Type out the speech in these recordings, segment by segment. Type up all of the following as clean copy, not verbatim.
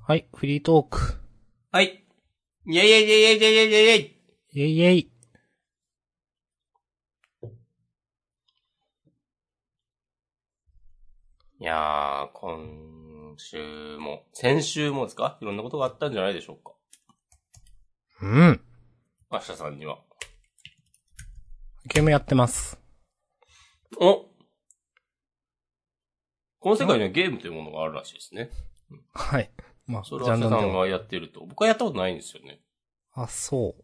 はい、フリートーク。 はい。イェイイェイイェイイェイイェイイェイイェイイェイ。 イェイイェイ。 いやー、今週も、先週もですか？いろんなことがあったんじゃないでしょうか。 うん。 明日さんには。 ゲームやってます。 お、この世界にはゲームというものがあるらしいですね。 はい。まあ、 それは明日さんがやっていると。僕はやったことないんですよね。 あ、そう。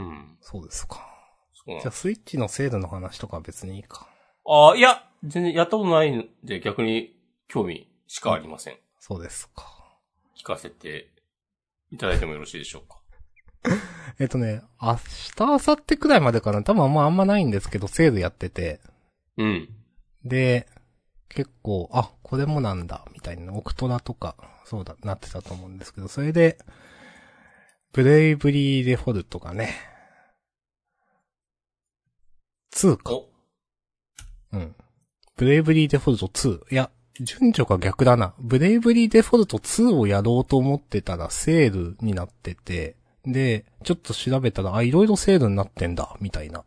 うん。 そうですか。 そうなんじゃあ、スイッチの精度の話とかは別にいいか。 いや、全然やったことないんで逆に興味しかありません。 そうですか。 聞かせていただいてもよろしいでしょうか。 明日、明後日くらいまでかな。多分あんまないんですけど、セールやってて。 うん。 で、結構、これもなんだ、みたいな、オクトラとか、そうだ、なってたと思うんですけど、それで、ブレイブリーデフォルトがね、2か。 お、 うん。ブレイブリーデフォルト2。いや、順序が逆だな。ブレイブリーデフォルト2をやろうと思ってたらセールになってて、で、ちょっと調べたら、いろいろセールになってんだ、みたいな。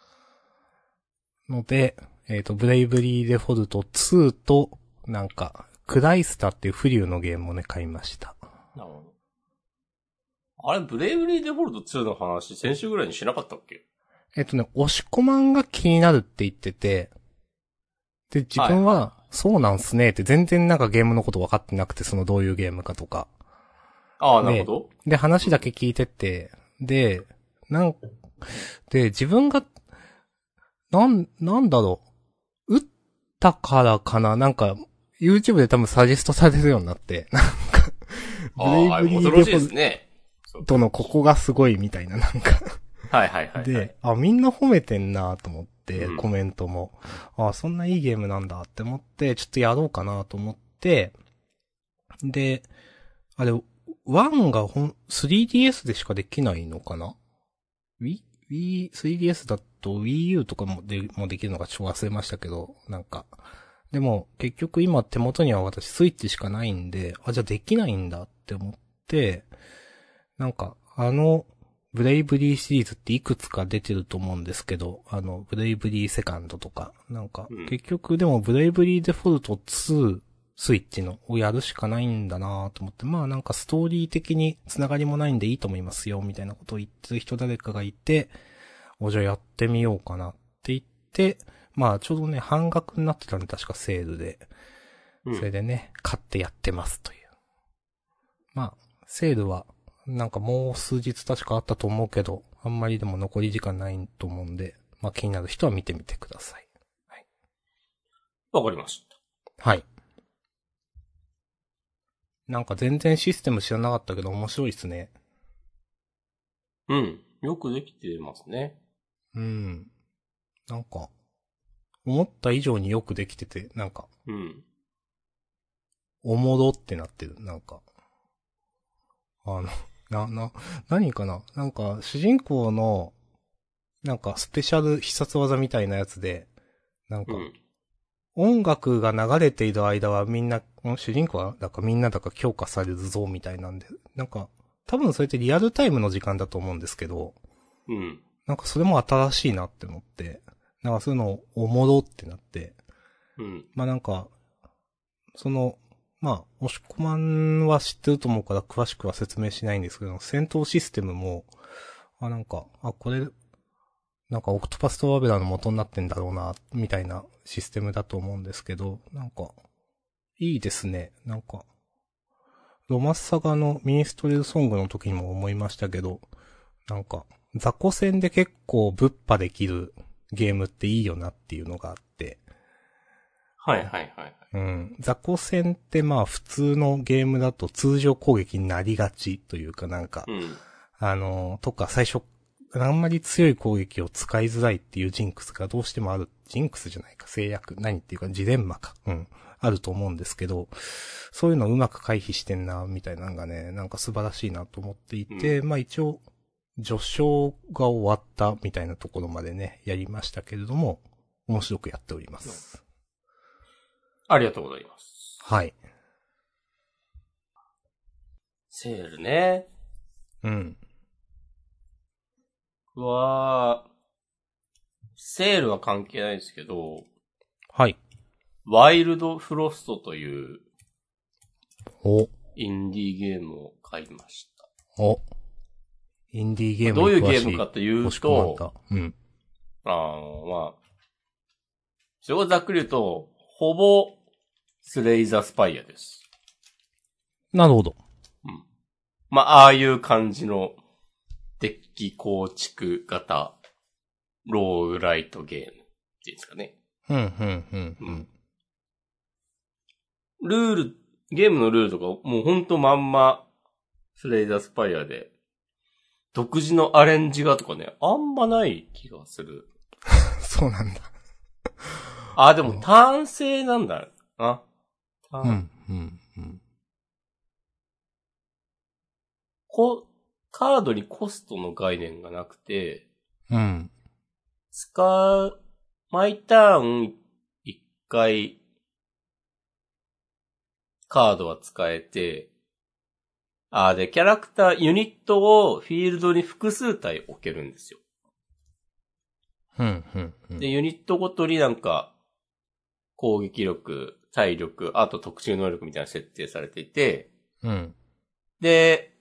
ので、ブレイブリーデフォルト2と、なんか、クライスタっていうフリューのゲームをね、買いました。 なるほど。あれ、ブレイブリーデフォルト2の話、先週ぐらいにしなかったっけ？ 押し込まんが気になるって言ってて、で、自分は、そうなんすねって全然なんかゲームのこと分かってなくて、そのどういうゲームかとか。 なるほど。 で、話だけ聞いてて、で、自分が、なんだろう。打ったからかななんか、YouTube で多分サジェストされるようになって、なんか、ブレイブリー恐ろしいですね。 デフォルトのここがすごいみたいな、なんかはい。 で、みんな褒めてんなと思って、 うんコメントも。そんないいゲームなんだって思って、ちょっとやろうかなと思って、で、あれ、1が3DS でしかできないのかな？ 3DS だと Wii U とかもできるのかちょっと忘れましたけど、なんか。でも、結局今手元には私スイッチしかないんで、じゃあできないんだって思って、なんか、ブレイブリーシリーズっていくつか出てると思うんですけど、ブレイブリーセカンドとか、なんか、結局でもブレイブリーデフォルト2、スイッチのをやるしかないんだなと思って、まあなんかストーリー的につながりもないんでいいと思いますよ、みたいなことを言ってる人誰かがいて、じゃあやってみようかなって言って、まあちょうどね、半額になってたんで確かセールで、それでね、買ってやってますという。まあ、セールは、なんかもう数日確かあったと思うけど、あんまりでも残り時間ないと思うんで、まあ気になる人は見てみてください。はい。 わかりました。 はい。なんか全然システム知らなかったけど面白いっすね。 うん。よくできてますね。 うん。なんか、思った以上によくできてて、なんか、 うん。 おもろってなってる。なんか、何かななんか、主人公の、なんか、スペシャル必殺技みたいなやつで、なんか、音楽が流れている間はみんな、主人公はだかみんなだか強化されるぞみたいなんで、なんか、多分それってリアルタイムの時間だと思うんですけど、 うん。 なんかそれも新しいなって思って、なんかそういうのおもろってなって、 うん。 まあなんか、まあ、押し込まんは知ってると思うから詳しくは説明しないんですけど、戦闘システムも、これ、なんかオクトパストラベラーの元になってんだろうな、みたいなシステムだと思うんですけど、なんか、いいですね。なんか、ロマッサガのミニストレルソングの時にも思いましたけど、なんか、雑魚戦で結構ぶっ破できるゲームっていいよなっていうのがあって、 はい。 うん。雑魚戦ってまあ普通のゲームだと通常攻撃になりがちというかなんか、 うん。 とか最初、あんまり強い攻撃を使いづらいっていうジンクスがどうしてもある。ジンクスじゃないか、制約。何っていうかジレンマか。うん。あると思うんですけど、そういうのをうまく回避してんな、みたいなのがね、なんか素晴らしいなと思っていて、まあ一応、序章が終わったみたいなところまでね、やりましたけれども、面白くやっております。 ありがとうございます。 はい。 セールね。 うん。 セールは関係ないですけど、 はい。 ワイルドフロストというお、 インディーゲームを買いました。 お。インディーゲームどういうゲに詳しいームかという押し込まんと、 だ。うん。 まあ、それをざっくり言うと、ほぼ、スレイザースパイアです。 なるほど。 うん。まあ、ああいう感じの、デッキ構築型、ローグライトゲームっていうんですかね。 うん。 ゲームのルールとか、もうほんとまんま、スレイザースパイアで、独自のアレンジがとかね、あんまない気がする。 そうなんだ。 でも単性なんだな。 うん。 カードにコストの概念がなくて、 うん。 毎ターン1回、カードは使えて、で、キャラクター、ユニットをフィールドに複数体置けるんですよ。で、ユニットごとになんか、攻撃力、体力、あと特殊能力みたいな設定されていて、 うん。 で、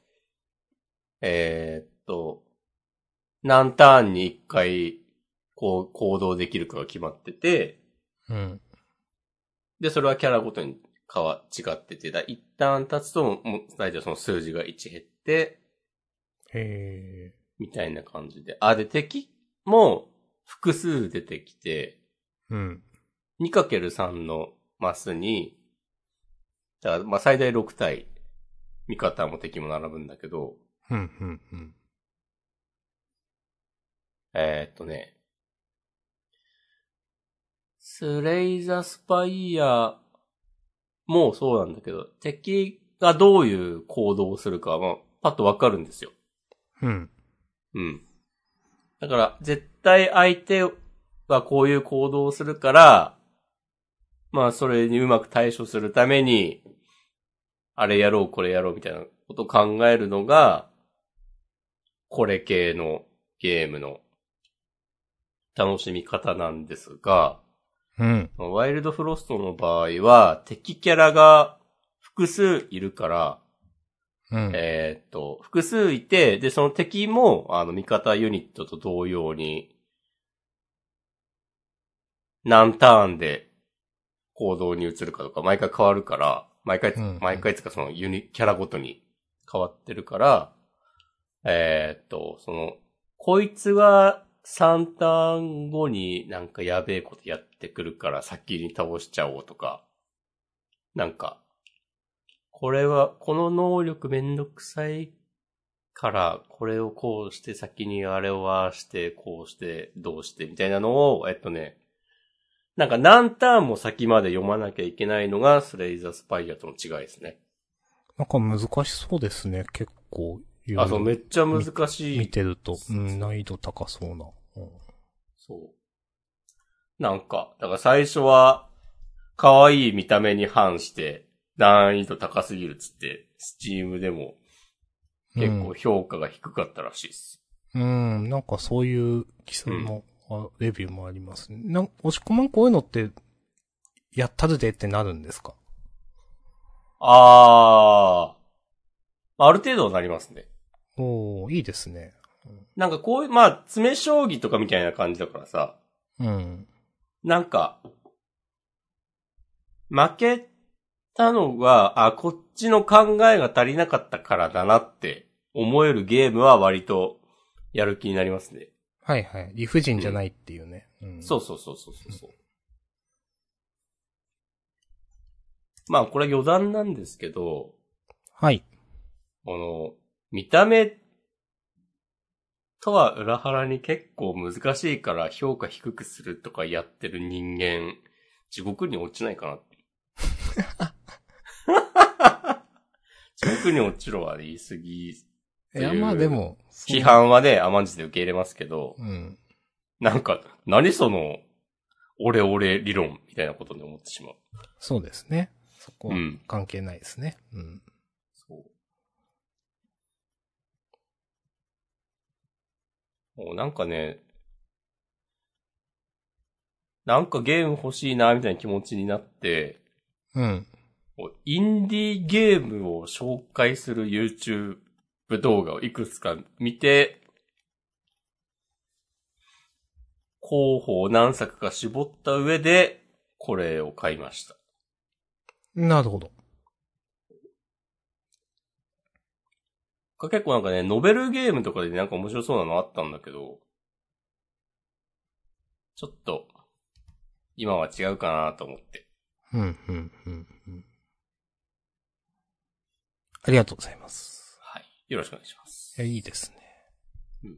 何ターンに1回、行動できるかが決まってて、 うん。 で、それはキャラごとに違ってて、一旦経つと、もう、大体その数字が1減って、 へみたいな感じで。で、敵も複数出てきて、 うん。 2×3 のマスに、だからまあ最大6体、味方も敵も並ぶんだけど、スレイザスパイアもそうなんだけど、敵がどういう行動をするかは、まあ、パッとわかるんですよ。 うん。 うん。だから、絶対相手はこういう行動をするから、まあ、それにうまく対処するために、あれやろう、これやろうみたいなことを考えるのが、これ系のゲームの楽しみ方なんですが、 うん。 ワイルドフロストの場合は、敵キャラが複数いるから、 うん。 複数いて、で、その敵も、味方ユニットと同様に、何ターンで行動に移るかとか、毎回変わるから、毎回つかそのキャラごとに変わってるから、こいつは3ターン後になんかやべえことやってくるから先に倒しちゃおうとか、なんか、この能力めんどくさいから、これをこうして先にあれをして、こうして、どうしてみたいなのを、なんか何ターンも先まで読まなきゃいけないのがスレイザースパイアとの違いですね。 なんか難しそうですね。結構。 そう、めっちゃ難しい。 見てると、難易度高そうな。 そう。なんか、だから最初は、可愛い見た目に反して、難易度高すぎるっつって、スチームでも、結構評価が低かったらしいです。 なんかそういう記載も、レビューもありますね。押し込まんこういうのって、やったるでってなるんですか？ ある程度はなりますね。 いいですね。 なんかこういう、まあ、詰将棋とかみたいな感じだからさ。なんか、負けたのが、こっちの考えが足りなかったからだなって思えるゲームは割とやる気になりますね。 はいはい。理不尽じゃないっていうね。 そう。まあこれ余談なんですけど、 はい。 見た目とは裏腹に結構難しいから評価低くするとかやってる人間、地獄に落ちないかなって。地獄に落ちろは言い過ぎ。いや、まあでも。 批判はね、甘んじて受け入れますけど、なんか、何その、オレオレ理論みたいなことに思ってしまう。 そうですね。そこは関係ないですね。 そう。 もうなんかね、なんかゲーム欲しいなみたいな気持ちになって、 うん。 インディーゲームを紹介する YouTube 動画をいくつか見て、候補を何作か絞った上で、これを買いました。 なるほど。 結構なんかね、ノベルゲームとかでなんか面白そうなのあったんだけど、ちょっと、今は違うかなと思って。 うん。ありがとうございます。 はい。よろしくお願いします。 いや、いいですね。 うん。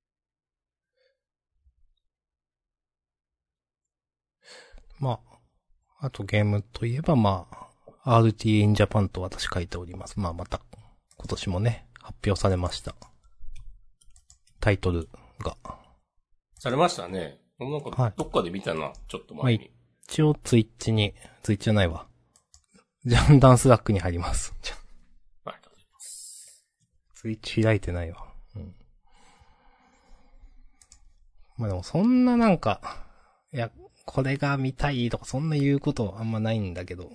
まあ、あとゲームといえば、まあ、RTA in Japan と私書いております。まあ、また、今年もね、発表されました。タイトルが。 されましたね。なんか、どっかで見たな、ちょっと前に。 まあ、一応ツイッチじゃないわ。ジャンダンスラックに貼ります。 ありがとうございます。 ツイッチ開いてないわ。うん。まあでもそんななんか、いや、これが見たいとかそんな言うことあんまないんだけど。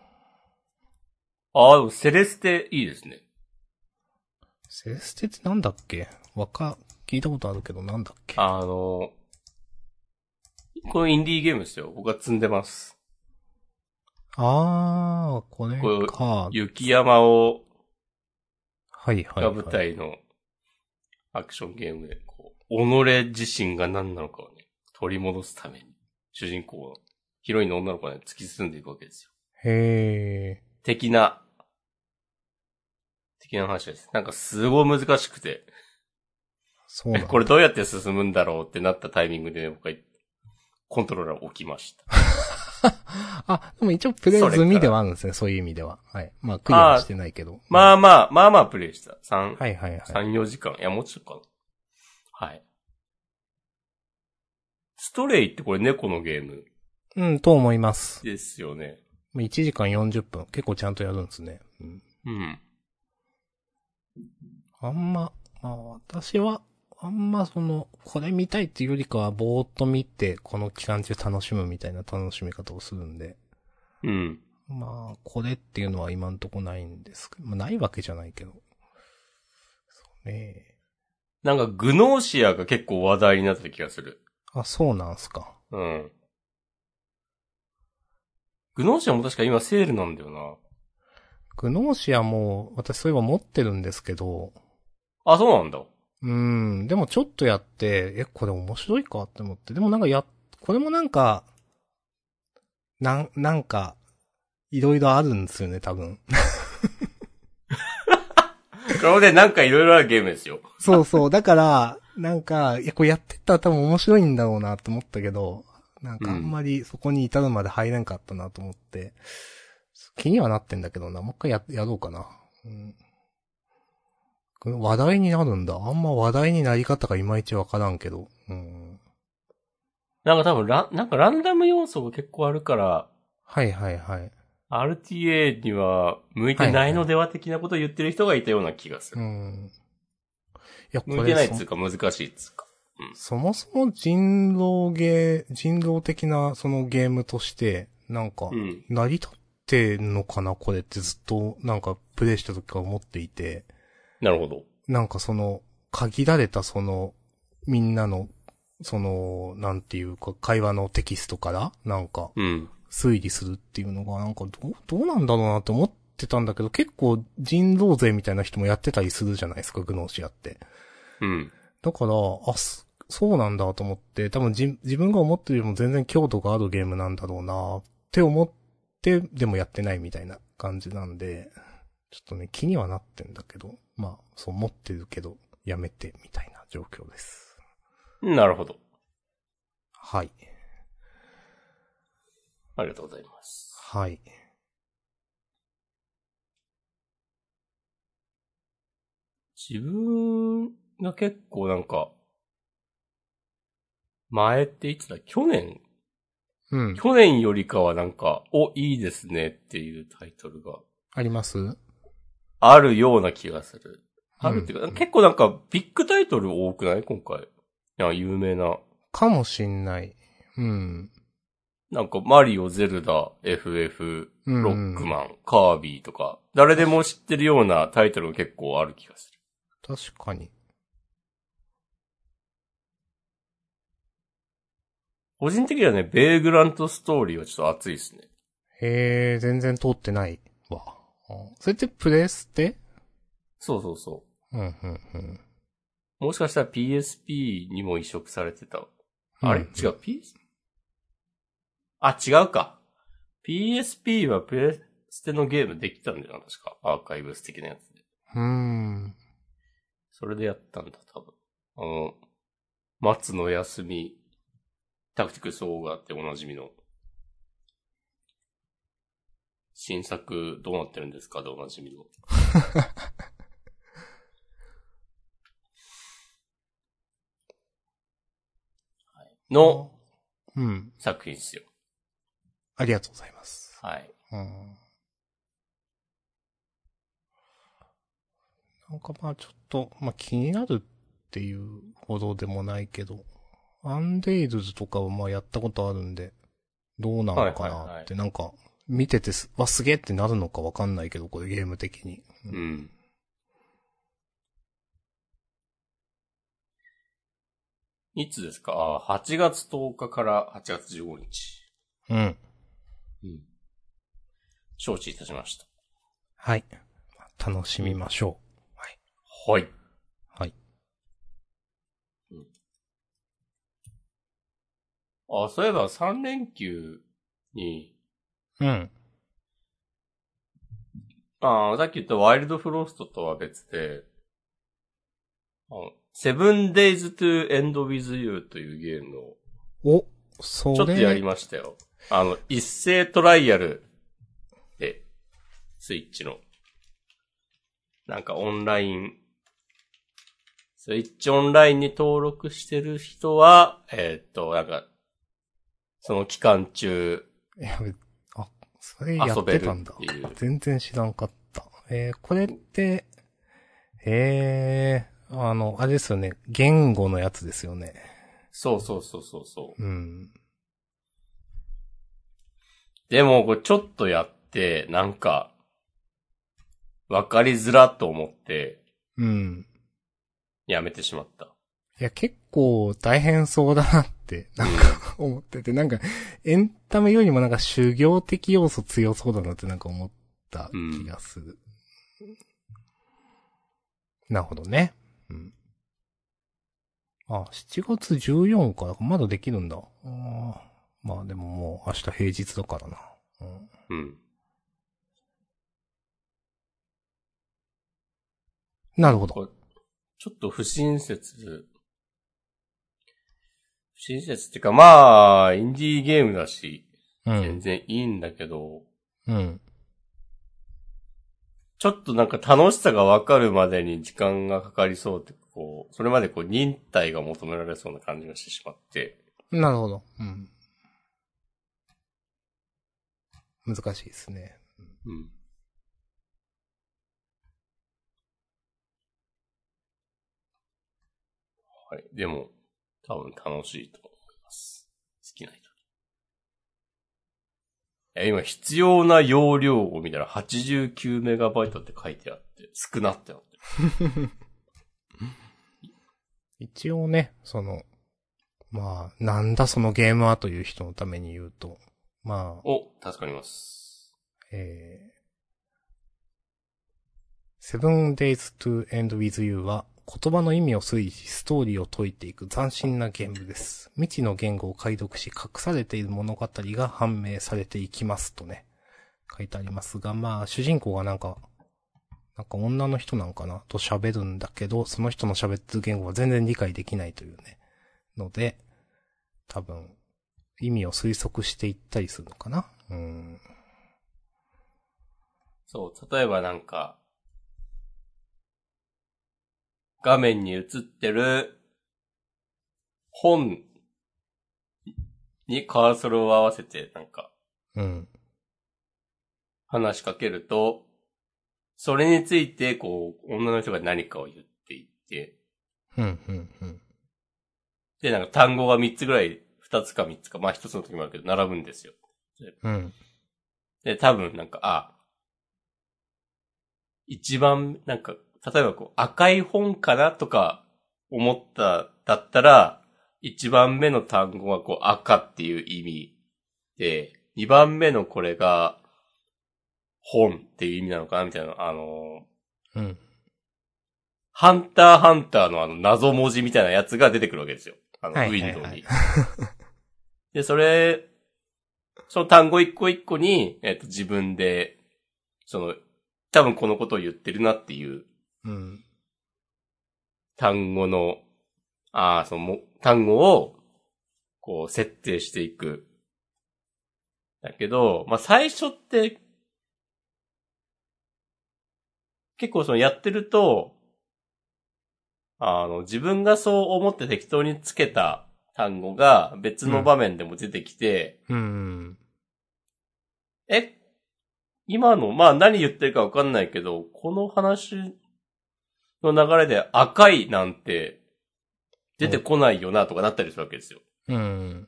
ああ、でもセレステいいですね。 セレステってなんだっけ聞いたことあるけどなんだっけこのインディーゲームですよ。僕は積んでます。 あー、これか。 雪山を、 はい。 が舞台のアクションゲームで、己自身が何なのかをね、取り戻すために、主人公の、ヒロインの女の子がね、突き進んでいくわけですよ。 へー。 的な話です。なんかすごい難しくて。 そうなんだ。 これどうやって進むんだろうってなったタイミングでね、僕はコントローラー置きました。 あ、でも一応プレイ済みではあるんですね、そういう意味では。はい。まあ、クリアしてないけど。 まあプレイした。3、4時間。いや、もうちょっとかな。はい。ストレイってこれ猫のゲームうん、と思います。 ですよね。 1時間40分。結構ちゃんとやるんですね。 うん。 まあ私は、これ見たいっていうよりかは、ぼーっと見て、この期間中楽しむみたいな楽しみ方をするんで。 うん。 まあ、これっていうのは今んとこないんですけど、まあ、ないわけじゃないけど。そうね。 なんか、グノーシアが結構話題になった気がする。 あ、そうなんすか。 うん。グノーシアも確か今セールなんだよな。 グノーシアも、私そういえば持ってるんですけど。 あ、そうなんだ。 でもちょっとやって、これ面白いかって思って。でもなんかこれもなんか、なんか、いろいろあるんですよね、多分。 これでなんかいろいろあるゲームですよ。 そう。だから、なんか、これやってったら多分面白いんだろうなと思ったけど、なんかあんまりそこに至るまで入れんかったなと思って、気にはなってんだけどな、もう一回やろうかな。話題になるんだ。あんま話題になり方がいまいちわからんけど。 なんか多分なんかランダム要素が結構あるから、 はい。 RTA には向いてないのでは的なことを言ってる人がいたような気がする。 いや、これ向いてないっつうか難しいっつうか。 そもそも人狼的なそのゲームとして、なんか、成り立ってんのかなこれってずっと、なんか、プレイした時から思っていて。 なるほど。 なんか限られたみんなの、なんていうか、会話のテキストから、なんか、推理するっていうのが、なんかどうなんだろうなって思ってたんだけど、結構人狼勢みたいな人もやってたりするじゃないですか、グノーシアって。だから、そうなんだと思って、多分自分が思ってるよりも全然強度があるゲームなんだろうなって思って、でもやってないみたいな感じなんで、ちょっとね、気にはなってんだけど、まあ、そう思ってるけど、やめて、みたいな状況です。 なるほど。 はい。 ありがとうございます。 はい。 自分が結構なんか、前っていつだ去年去年よりかはなんか、いいですねっていうタイトルが。 ありますあるような気がする。あるっていうか、結構なんかビッグタイトル多くない今回。 や、有名な。 かもしんない。うん。 なんか、マリオ、ゼルダ、FF、 うんロックマン、カービィとか、誰でも知ってるようなタイトルが結構ある気がする。 確かに。 個人的にはね、ベイグラントストーリーはちょっと熱いですね。 へえ、全然通ってないわ。それってプレステ？ そうそうそうん、うん、うん。 う。もしかしたら PSP にも移植されてた。あれ、 うん違う、違うか。PSP はプレステのゲームできたんだよな、確か。アーカイブス的なやつで。それでやったんだ、多分。松野休み、タクティクスオーガーっておなじみの。新作どうなってるんですかでおなじみの。のうん。 作品ですよ。 ありがとうございます。 はい。 なんかまあちょっと、まあ気になるっていうほどでもないけど、アンデイルズとかはまあやったことあるんで、どうなのかなって、なんか、見ててすげえってなるのかわかんないけど、これゲーム的に。 うん。いつですか8月10日から8月15日。 うん。 うん。承知いたしました。 はい。楽しみましょう。はい。 はい。 はい。 そういえば3連休に、 うん。 さっき言ったワイルドフロストとは別で、7 Days to End with You というゲームを、 それ。 ちょっとやりましたよ。一斉トライアルで、スイッチの。なんかオンライン、スイッチオンラインに登録してる人は、なんか、その期間中、 それやってたんだ。全然知らんかった。これって、あれですよね。言語のやつですよね。 そうそうそうそうそう。 うん。 でも、これちょっとやって、なんか、わかりづらと思って、 うん。 やめてしまった。 いや、結構大変そうだなって、なんか思ってて、なんか、エンタメよりもなんか修行的要素強そうだなってなんか思った気がする。なるほどね。うん。7月14からまだできるんだ。まあでももう明日平日だからな。 うん。 なるほど。 ちょっと不親切っていうか、まあ、インディーゲームだし、全然いいんだけど、 うん。 ちょっとなんか楽しさがわかるまでに時間がかかりそうって、それまで忍耐が求められそうな感じがしてしまって。 なるほど。うん。難しいですね。 うん。はい。でも、多分楽しいと思います。好きな人。今必要な容量を見たら 89MB って書いてあって、少なってなってる。 一応ね、まあ、なんだそのゲームはという人のために言うと、まあ。助かります。 7 Days to End with You は言葉の意味を推理しストーリーを解いていく斬新なゲームです。未知の言語を解読し隠されている物語が判明されていきますとね、書いてありますが、まあ主人公がなんか女の人なんかなと喋るんだけど、その人の喋ってる言語は全然理解できないというね。ので、多分、意味を推測していったりするのかな。 そう、例えばなんか、画面に映ってる本にカーソルを合わせてなんか、話しかけると、それについて女の人が何かを言っていって、 で、なんか単語が3つぐらい、2つか3つか、まあ1つの時もあるけど、並ぶんですよ。 うん。 で、多分なんか、一番、なんか、例えばこう、赤い本かなとか思っただったら、一番目の単語がこう、赤っていう意味で、二番目のこれが、本っていう意味なのかなみたいな、 うん。 ハンターハンターの謎文字みたいなやつが出てくるわけですよ。 はいウィはいはい。 ンドウに。で、その単語一個一個に、自分で、多分このことを言ってるなっていううん。 単語の、単語を、こう、設定していく。だけど、まあ、最初って、結構やってると、自分がそう思って適当につけた単語が別の場面でも出てきて、 うん。 え、今の、まあ何言ってるかわかんないけど、この話の流れで赤いなんて出てこないよなとかなったりするわけですよ。 うん。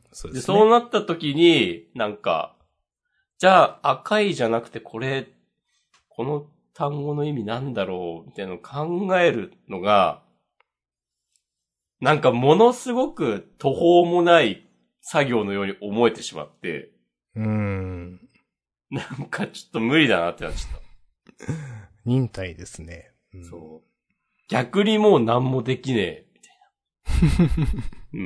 そうでで、 すね。 そうなった時に、なんか、じゃあ赤いじゃなくてこの単語の意味なんだろうみたいなのを考えるのが、なんかものすごく途方もない作業のように思えてしまって、 うん。 なんかちょっと無理だなってなっちゃった。 忍耐ですね。うん、 そう。逆にもう何もできねえ、みたいな。うん。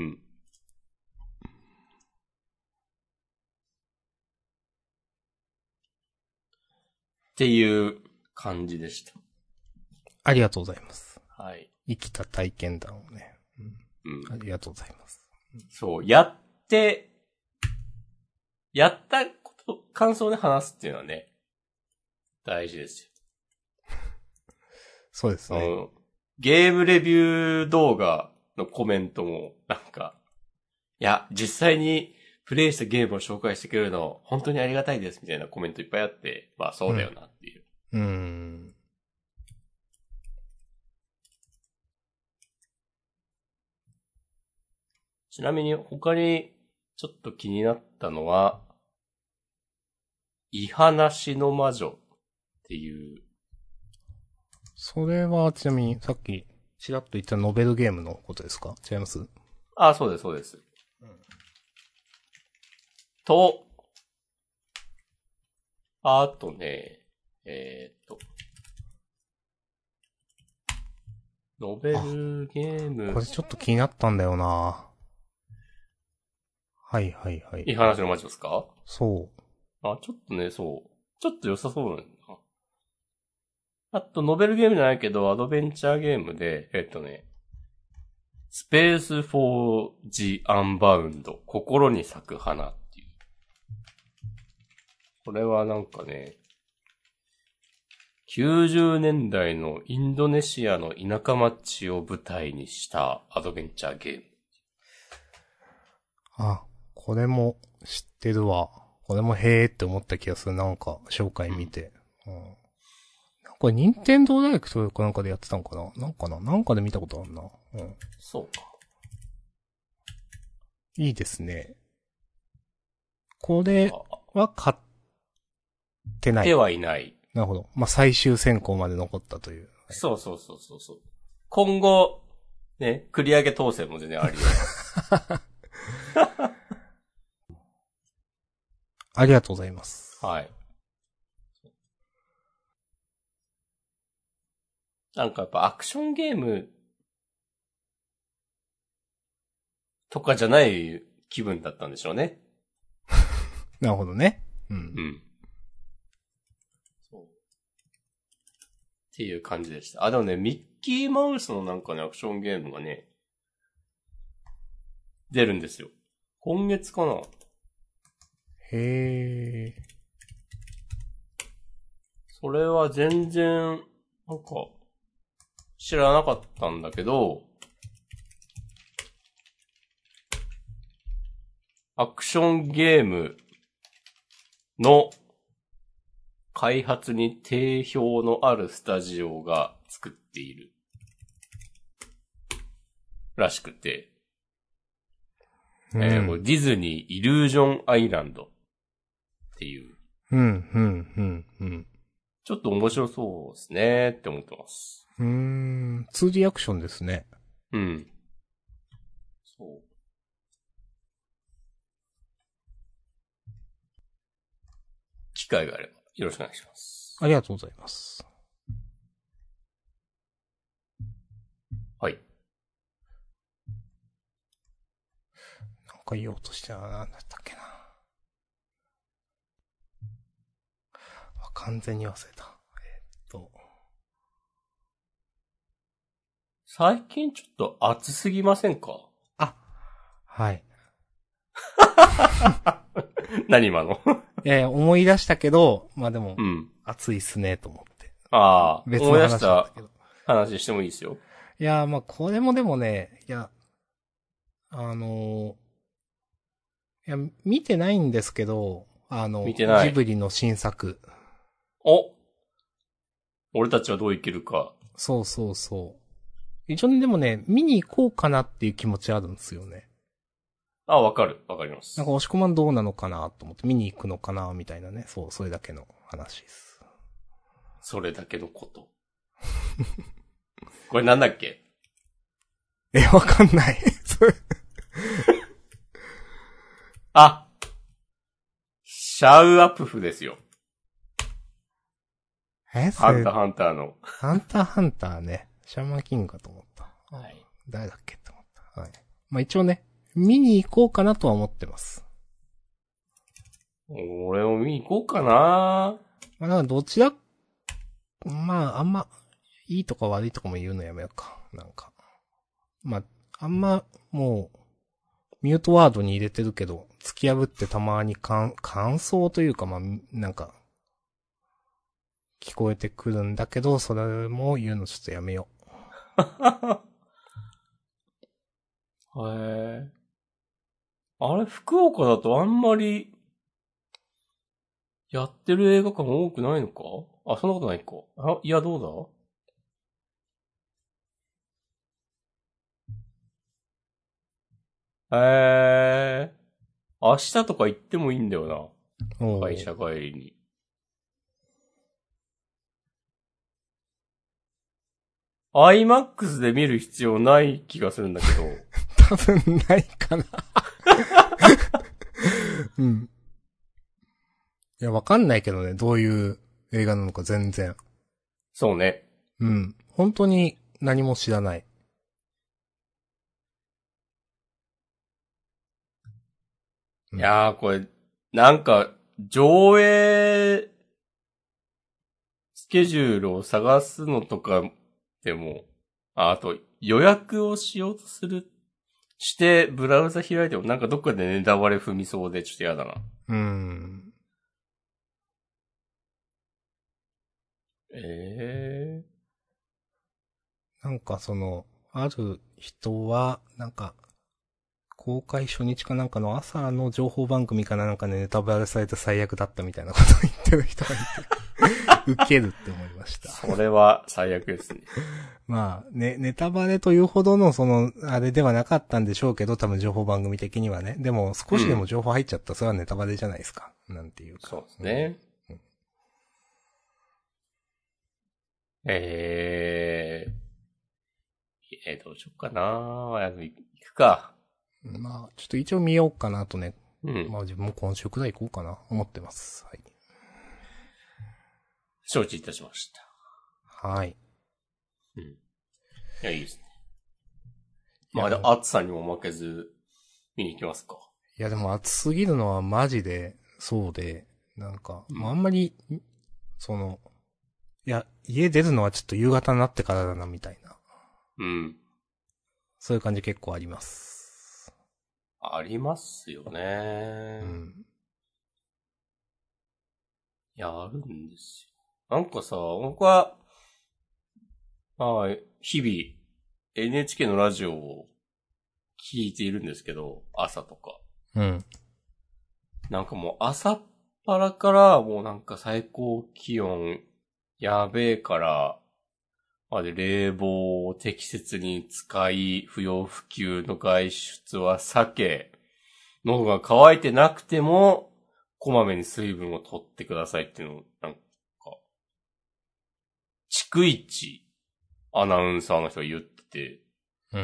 っていう感じでした。 ありがとうございます。 はい。 生きた体験談をね。 うん。 ありがとうございます。 そう、やったこと、感想で話すっていうのはね、大事ですよ。 そうですね。 ゲームレビュー動画のコメントも、なんか、いや、実際にプレイしたゲームを紹介してくれるの、本当にありがたいです、みたいなコメントいっぱいあって、まあそうだよなっていう。 うん。 ちなみに他にちょっと気になったのは、いはなしの魔女っていう。 それは、ちなみに、さっき、ちらっと言ったノベルゲームのことですか？違います？ あ、そうです、そうです。と、あとね、ノベあ、 ルゲーム、 これちょっと気になったんだよな。はいはいはい。 いい話の魔女ですか？ そう。 あ、ちょっとね、そう。ちょっと良さそうなんだな。あと、ノベルゲームじゃないけど、アドベンチャーゲームで、スペースフォージアンバウンド、心に咲く花っていう。これはなんかね、90年代のインドネシアの田舎町を舞台にしたアドベンチャーゲーム。 あ、これも知ってるわ。これもへーって思った気がする。なんか、紹介見て。うん。なんか、任天堂ダイレクトかなんかでやってたのかな？なんかで見たことあるな。うん。 そうか。 いいですね。これは買ってない。 ではいない。 なるほど。まあ、最終選考まで残ったという。はい、 そうそうそうそうそう。今後、ね、繰り上げ当選も全然あり得ます。 ありがとうございます。 はい。なんかやっぱアクションゲームとかじゃない気分だったんでしょうね。 なるほどね。うん。 うん。そう。っていう感じでした。あ、でもね、ミッキーマウスのなんかね、アクションゲームがね、出るんですよ。今月かな？ へー。 それは全然、なんか、知らなかったんだけど、アクションゲームの開発に定評のあるスタジオが作っているらしくて、 これディズニーイリュージョンアイランドっていう。ちょっと面白そうですねって思ってます。 2D アクションですね。 うん。そう。機会があればよろしくお願いします。 ありがとうございます。 はい。 なんか言おうとしてたなんだったっけな。完全に忘れた。 最近ちょっと暑すぎませんか？ はい。 何今のいやいや、思い出したけど、まあでも、 うん。 暑いっすね、と思って。 ああ、 別の話だったけど。 話してもいいですよ。 いや、まあこれもでもね、いや、見てないんですけど、 見てない。 ジブリの新作。 お、俺たちはどう生きるか。 そうそうそう。一応ね、でもね、見に行こうかなっていう気持ちあるんですよね。 あ、わかります。 なんか押し込まんどうなのかなと思って見に行くのかなみたいなね。そう、それだけの話です。 それだけのこと。これなんだっけ？ わかんない。 あ、シャウアプフですよ。ハンターハンターの。 ハンターハンターね。シャーマンキングかと思った。 はい。 誰だっけって思った。はい。まあ一応ね、見に行こうかなとは思ってます。 俺も見に行こうかな。 まあだからどちら、まああんま、いいとか悪いとかも言うのやめようか。なんか。まあ、あんま、もう、ミュートワードに入れてるけど、突き破ってたまに感想というか、まあ、なんか、聞こえてくるんだけど、それも言うのちょっとやめよう。へえ。あれ、福岡だとあんまり、やってる映画館多くないのか？あ、そんなことないか。あ、いや、どうだ？明日とか行ってもいいんだよな。会社帰りに。IMAX で見る必要ない気がするんだけど。 多分ないかな。うん。いや、わかんないけどね、どういう映画なのか全然。 そうね。 うん。本当に何も知らない。 いやー、これ、なんか、上映、スケジュールを探すのとかでも、あと、予約をしようとして、ブラウザ開いてもなんかどっかでネタバレ踏みそうでちょっとやだな。 なんかある人は、なんか、公開初日かなんかの朝の情報番組かなんかでネタバレされて最悪だったみたいなことを言ってる人がいて、ウケるって思いました。 それは最悪ですね。 まあ、ね、ネタバレというほどのあれではなかったんでしょうけど、多分情報番組的にはね。でも少しでも情報入っちゃったらそれはネタバレじゃないですか。なんていうか。 そうですね。どうしよっかな。行くか。 まあ、ちょっと一応見ようかなとね。 うん。 まあ自分も今週くらい行こうかな、思ってます。はい。 承知いたしました。 はい。 うん。いや、いいですね。まあ、暑さにも負けず、見に行きますか。 いや、でも暑すぎるのはマジで、そうで、なんか、もうあんまり、いや、家出るのはちょっと夕方になってからだな、みたいな。 うん。 そういう感じ結構あります。 ありますよね。うん。いや、あるんですよ。なんかさ、僕は、まあ、日々、NHK のラジオを聞いているんですけど、朝とか。 うん。 なんかもう朝っぱらからもうなんか最高気温やべえから、で冷房を適切に使い、不要不急の外出は避け、 喉が渇いてなくても、こまめに水分を取ってくださいっていうのを、なんか、逐一アナウンサーの人が言ってて、 うん。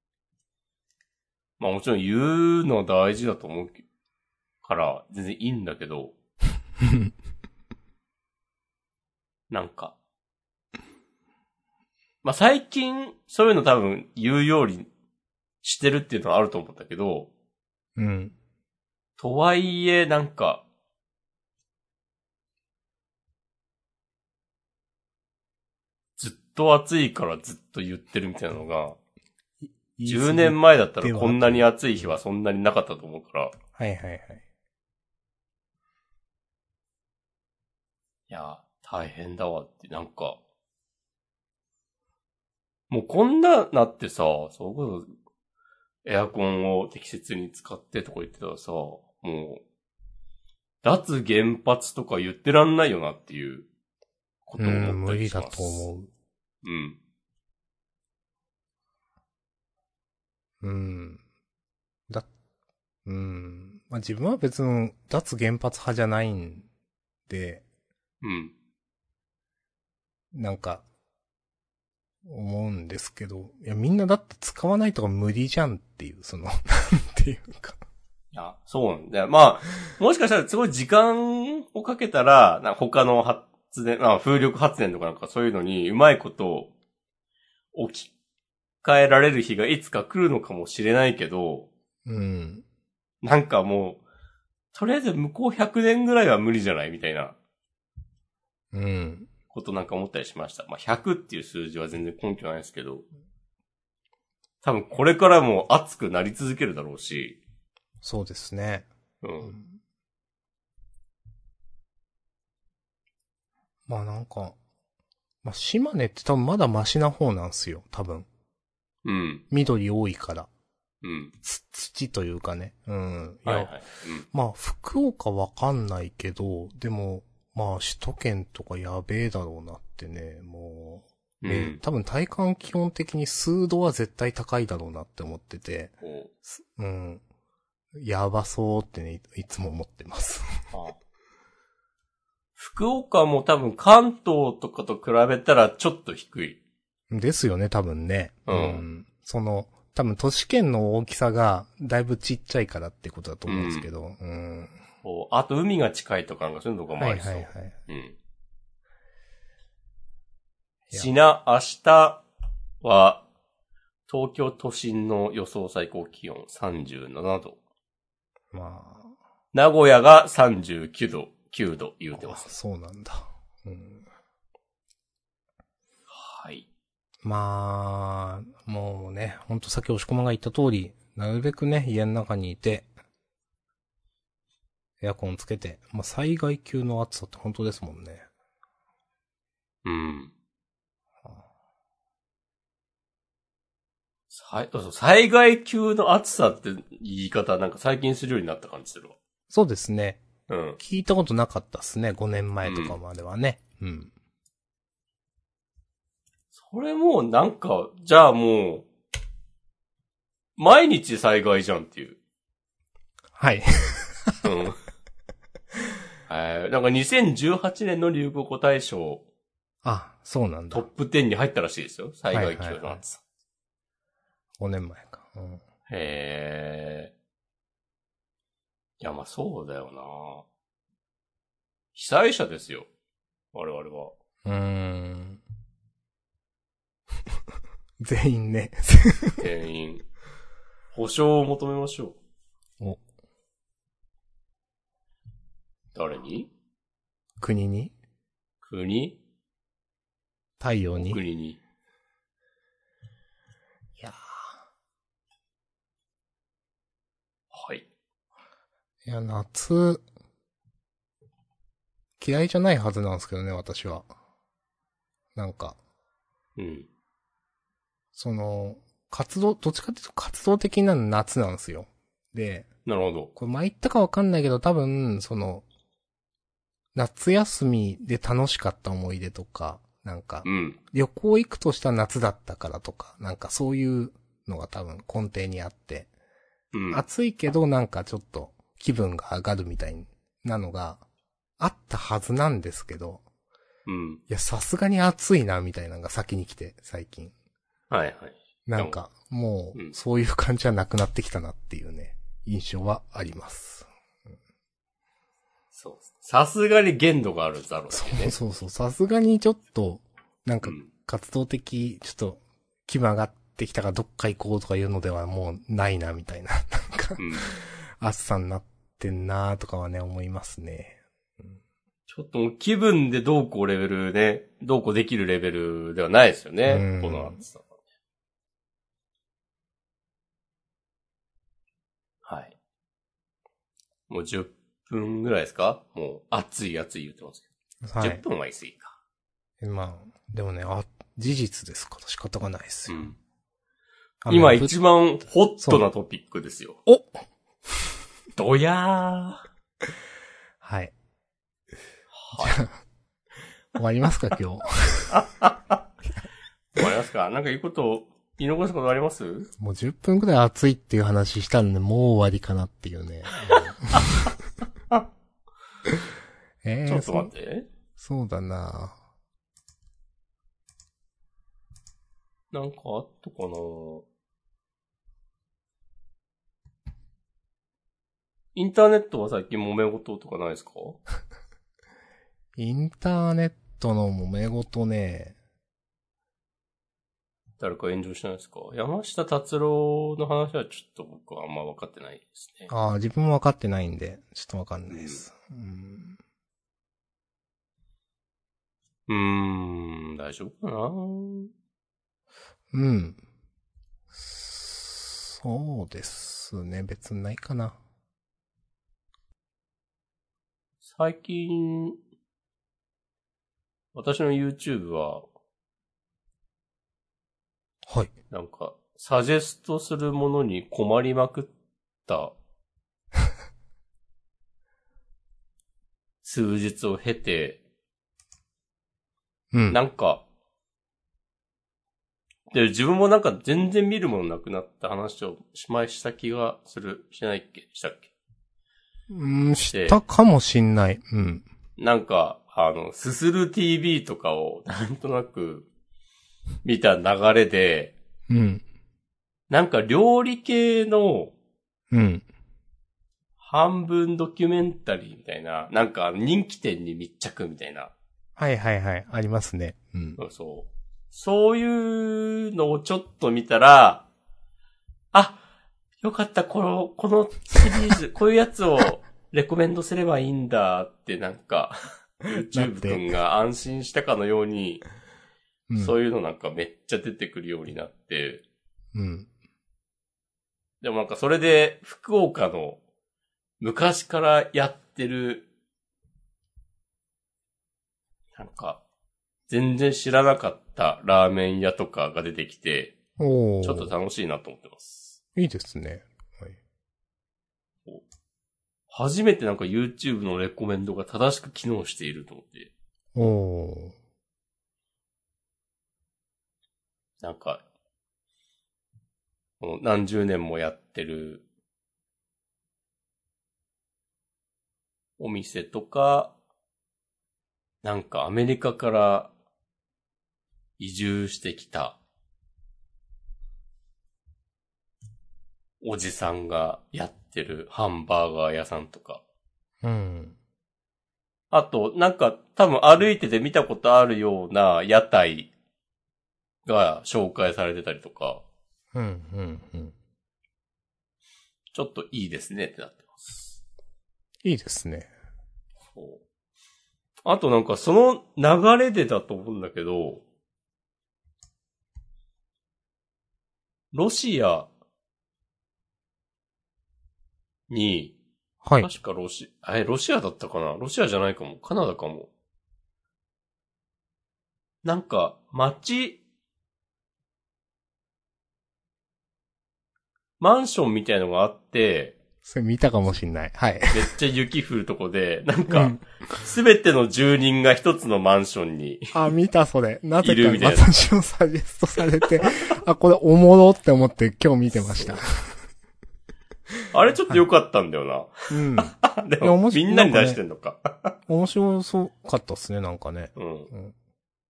まあもちろん言うのは大事だと思うから全然いいんだけど、なんか、まあ最近そういうの多分言うようにしてるっていうのはあると思うんだけど、 うん。 とはいえなんか、ずっと暑いからずっと言ってるみたいなのが、10年前だったらこんなに暑い日はそんなになかったと思うから。 はいはいはい。 いや、大変だわって、なんか、もうこんななってさ、そうこそエアコンを適切に使ってとか言ってたらさ、もう、脱原発とか言ってらんないよなっていうことを思った無理だりします。 と思う。 うん。 うん。だ、うん。まあ、自分は別の脱原発派じゃないんで、 うん。 なんか、思うんですけど、いや、みんなだって使わないとか無理じゃんっていう、なんていうか。 いや、そうなんだよ。まあ、もしかしたらすごい時間をかけたら、他の発電、風力発電とかなんかそういうのにうまいこと置き換えられる日がいつか来るのかもしれないけど、 うん。 なんかもう、とりあえず向こう100年ぐらいは無理じゃないみたいなうん。 ことなんか思ったりしました。まあ、100っていう数字は全然根拠ないですけど、多分これからも熱くなり続けるだろうし、 そうですね。 う。 うんん、まあなんか、まあ島根って多分まだマシな方なんすよ、多分。 うん。 緑多いから。 うん。 土というかね。うん。いや、 はいはい。 まあ福岡わかんないけど、でも、まあ首都圏とかやべえだろうなってね、もう。 うん。うん。 多分体感基本的に数度は絶対高いだろうなって思ってて、 こうん。やばそうってね、いつも思ってます。 う。福岡も多分関東とかと比べたらちょっと低い。 ですよね、多分ね。 うん。 多分都市圏の大きさがだいぶちっちゃいからってことだと思うんですけど。うん。 あと海が近いとかなんかそういうのとかもはありそう。 いはいはい。 うん。 いや、 明日は東京都心の予想最高気温37度。 まあ。 名古屋が39度、9度言うてます。 そうなんだ。うん。 はい。 まあ、もうね、ほんとさっき押し込まが言った通り、なるべくね、家の中にいて、エアコンつけて、まあ災害級の暑さって本当ですもんね。 うん。災害級の暑さって言い方なんか最近するようになった感じするわ。 そうですね。 うん。 聞いたことなかったっすね。5年前とかまではね。うん。 それもうなんか、じゃあもう、毎日災害じゃんっていう。 はい。 うん。なんか2018年の流行語大賞あ、そうなんだ。 トップ10に入ったらしいですよ。災害級の暑さ。 5年前か。うん。 へー。いや、まあそうだよな。被災者ですよ。我々は。 全員ね。 全員。保証を求めましょう。 お、 誰に？ 国に国？ 太陽に国に。 いやはい。 いや、夏、嫌いじゃないはずなんですけどね、私は。なんか、 うん。 どっちかっていうと活動的な夏なんですよ。で、 なるほど。 これ前言ったかわかんないけど、多分、夏休みで楽しかった思い出とか、なんかう、ん。 旅行行くとした夏だったからとか、なんかそういうのが多分根底にあって、 うん。 暑いけどなんかちょっと気分が上がるみたいなのがあったはずなんですけど、 うん。 いや、さすがに暑いなみたいなのが先に来て、最近。 はいはい。 なんか、もう、 うん。 そういう感じはなくなってきたなっていうね、印象はあります。 そう。さすがに限度があるだろうそね。 うそうそう、さすがにちょっと、なんかう、ん。 活動的、ちょっと、気分上がってきたからどっか行こうとかいうのではもうないな、みたいな、なんか、 うん。 暑さになってんなとかはね、思いますね。 ちょっともう気分でどうこうレベルね、どうこうできるレベルではないですよね。この暑さ。はい。もう10分ぐらいですか？もう暑い言ってますけど。 はい。 10分は言い過ぎか。 まあ、でもね、事実ですから仕方がないですよ。 うん。今雨一番ホットなトピックですよ。 おどやー。 はい。 はい。 終わりますか、今日。 終わりますか？なんか言い残すことあります？ もう10分くらい暑いっていう話したので、もう終わりかなっていうね。 ちょっと待って。 そうだな。 なんかあったかな？インターネットは最近揉め事とかないですか？ インターネットの揉め事ね。 誰か炎上してないですか？山下達郎の話はちょっと僕はあんま分かってないですね。 ああ、自分も分かってないんで、ちょっと分かんないです。 大丈夫かな？ うん。そうですね。別にないかな。 最近、私の YouTube は、 はい。 なんか、サジェストするものに困りまくった数日を経て、 うん。 なんか、で、自分もなんか全然見るものなくなった話をした気がする。してないっけ？したっけ？ したかもしんない。うん。 なんか、すする TV とかをなんとなく見た流れで、 うん。 なんか料理系のうん。 半分ドキュメンタリーみたいな、なんか人気店に密着みたいな。 はいはいはい。ありますね。うん。 そう。そういうのをちょっと見たら、あ、よかった、このシリーズ、こういうやつをレコメンドすればいいんだってなんか、YouTube 君が安心したかのように、そういうのなんかめっちゃ出てくるようになって、 うん。 でもなんかそれで福岡の昔からやってる、なんか全然知らなかったラーメン屋とかが出てきて、ちょっと楽しいなと思ってます。 いいですね。はい。 初めてなんか YouTube のレコメンドが正しく機能していると思って。なんか、何十年もやってるお店とか、なんかアメリカから移住してきたおじさんがやってるハンバーガー屋さんとか。 うん。 あと、なんか多分歩いてて見たことあるような屋台が紹介されてたりとか。 うん、うん、うん。 ちょっといいですねってなってます。 いいですね。 あとなんかその流れでだと思うんだけど、ロシアに、 はい。 確かロシアだったかな？ロシアじゃないかも。カナダかも。なんか、マンションみたいのがあって、 それ見たかもしんない。はい。 めっちゃ雪降るとこで、なんか、すべての住人が一つのマンションに。 見たそれ。なぜかいるみたいな私もサジェストされて、これおもろって思って今日見てました。 あれちょっと良かったんだようん。 な。でいや、 も、みんなに出してんのか。 面白そうかったっすね、なんかね。 うん。 うん。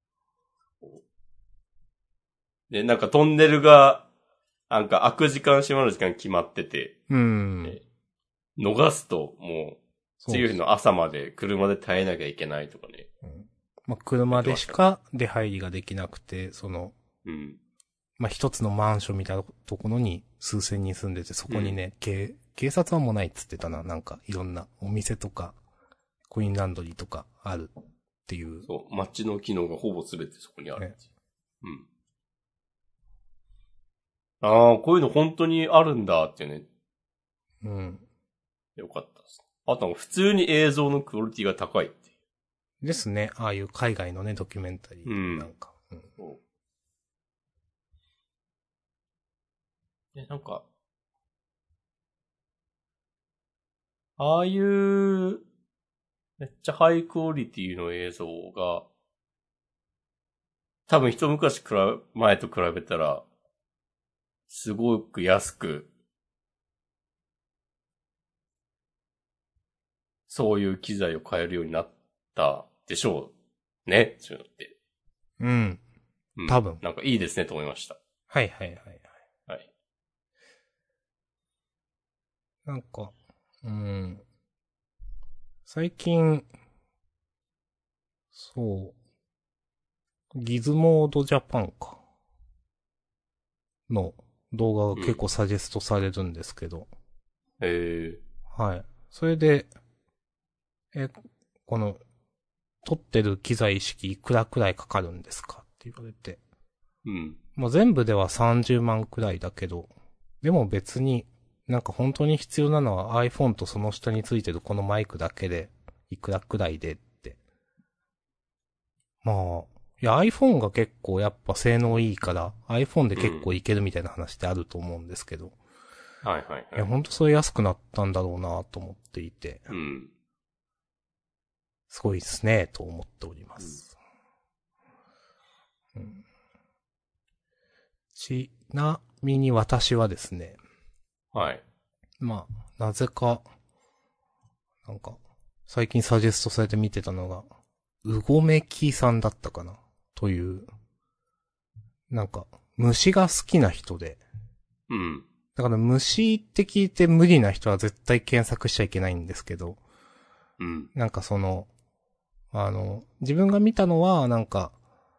で、なんかトンネルが、なんか開く時間閉まる時間決まってて、 うん。 逃すともう、 そうっす。 次の日の朝まで車で耐えなきゃいけないとかね。 うん、まあ、車でし言ってましたね。 か出入りができなくて、 うん。 まあ、一つのマンションみたいなところに数千人住んでて、そこにね、警察はもうないっつってたな。なんか、いろんなお店とか、コインランドリーとかあるっていう。 そう、街の機能がほぼ全てそこにあるね。 っていう。うん。ああ、こういうの本当にあるんだってね。 うん。 よかったです。あと普通に映像のクオリティが高いっていですね。ああいう海外のね、ドキュメンタリう。うーなんん。 か。うん。 そうで、なんか、ああいう、めっちゃハイクオリティの映像が、多分一昔前と比べたら、すごく安く、そういう機材を買えるようになったでしょうね。そういうのって。 うん。 うん。 多分。 なんかいいですねと思いました。 はいはいはいはい。 はい。 なんか、うん。最近、そう、ギズモードジャパンか。の動画がうん。 結構サジェストされるんですけど。 えはい。それで、え、この、撮ってる機材式いくらくらいかかるんですかって言われて。 うん。 まあ、全部では30万くらいだけど、でも別になんか本当に必要なのは iPhone とその下についてるこのマイクだけで、いくらくらいでって。まあ、いや iPhone が結構やっぱ性能いいから iPhone でうん。 結構いけるみたいな話ってあると思うんですけど。 はいはいいや、 はい。 ほんとそれ安くなったんだろうなと思っていて、 うん。 すごいですね、と思っておりまうん。 す。うん、ちなみに私はですね、 はい。 まあ、なぜか、なんか、最近サジェストされて見てたのが、うごめきさんだったかなという、なんか、虫が好きな人で、 うん。 だから虫って聞いて無理な人は絶対検索しちゃいけないんですけど、 うん。 なんか自分が見たのは、なんか、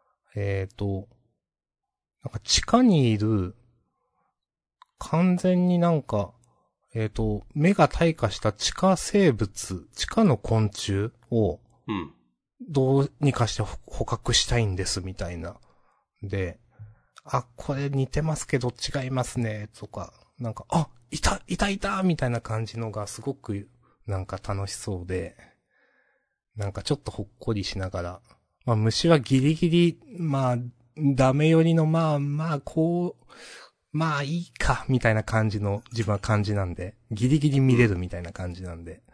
なんか地下にいる、完全になんか、目が退化した地下生物、地下の昆虫を、 うん。 どうにかして捕獲したいんです、みたいな。で、あ、これ似てますけど違いますね、とか、なんか、あ、いたみたいな感じのがすごく、なんか楽しそうで、なんかちょっとほっこりしながら、まあ虫はギリギリ、まあ、ダメよりの、まあいいか、みたいな感じの自分は感じなんで、ギリギリ見れるうん。 みたいな感じなんで、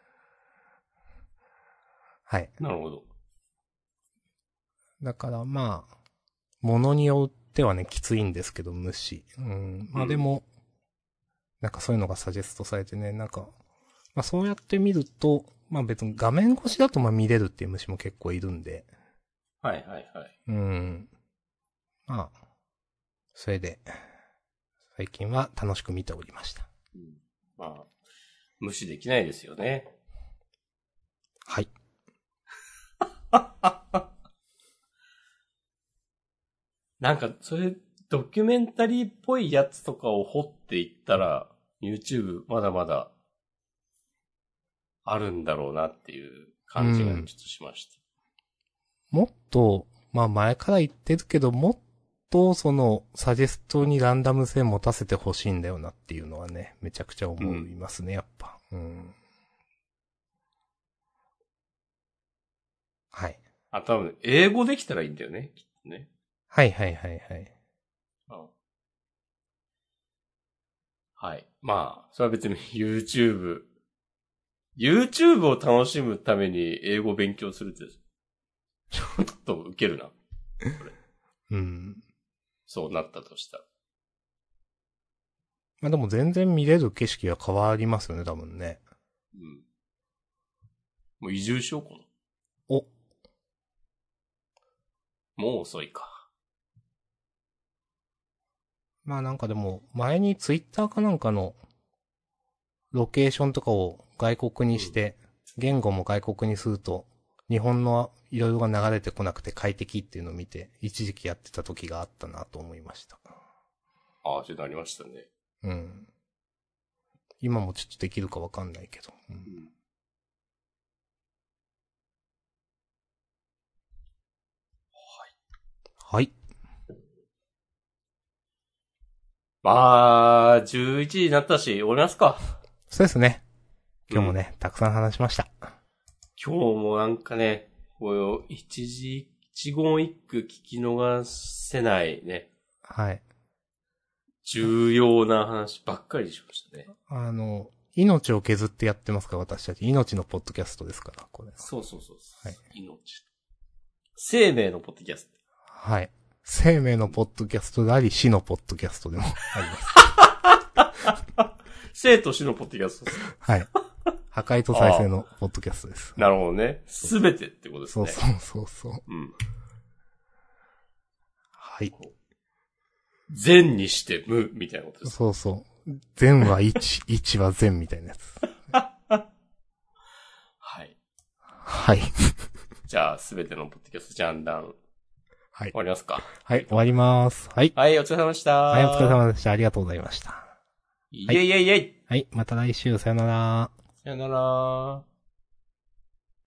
はい。 なるほど。 だからまあ、ものによってはね、きついんですけど、虫。うん。 うん。 まあでも、なんかそういうのがサジェストされてね、なんか、まあそうやって見ると、まあ別に画面越しだとまあ見れるっていう虫も結構いるんで、 はいはいはい。 うん。まあ、それで、最近は楽しく見ておりました。 うん、まあ、無視できないですよね。 はい。 なんか、それ、ドキュメンタリーっぽいやつとかを掘っていったら、YouTube まだまだあるんだろうなっていううん。 感じがちょっとしました。 もっと、まあ前から言ってるけど、もっとサジェストにランダム性持たせてほしいんだよなっていうのはね、めちゃくちゃ思うん。 いますね、やっぱ。うん。はい。 あ、多分、英語できたらいいんだよね、きっとね。 はいはいはいはい。 うん、はい。まあ、それは別に YouTube を楽しむために英語を勉強するって、ちょっとウケるな。これ。 うん。 そうなったとしたら。 まあでも全然見れる景色が変わりますよね、多分ね。 うん。もう移住しようかな。 お。 もう遅いか。 まあなんかでも、前にツイッターかなんかの、ロケーションとかを外国にして、言語も外国にすると、日本のいろいろが流れてこなくて快適っていうのを見て、一時期やってた時があったなと思いました。 ああ、ちょっとありましたね。 うん。今もちょっとできるかわかんないけど。うん、はい。 まあ、11時になったし、終わりますか。 そうですね。今日もね、たくさん話しました。 今日もなんかね、こう一言一句聞き逃せないね。 はい。 重要な話ばっかりしましたね。 命を削ってやってますから、私たち。命のポッドキャストですから、これ。 そうそうそう。 はい。 命。生命のポッドキャスト。 はい。生命のポッドキャストであり、死のポッドキャストでもあります。生と死のポッドキャストです。 はい。破壊と再生のポッドキャストです。 なるほどね。すべてってことですね。 そう。 うん。 はい。 善にして無みたいなことです。 そう。善は1、1は善みたいなやつ。 はい。 はい。 じゃあ、すべてのポッドキャストジャンダン。 はい。 終わりますか。 はい、終わります。はい。 はい、お疲れ様でした。 はい、お疲れ様でした。ありがとうございました。 イェイイェイイェイ。 はい、また来週、さよなら。 さよなら。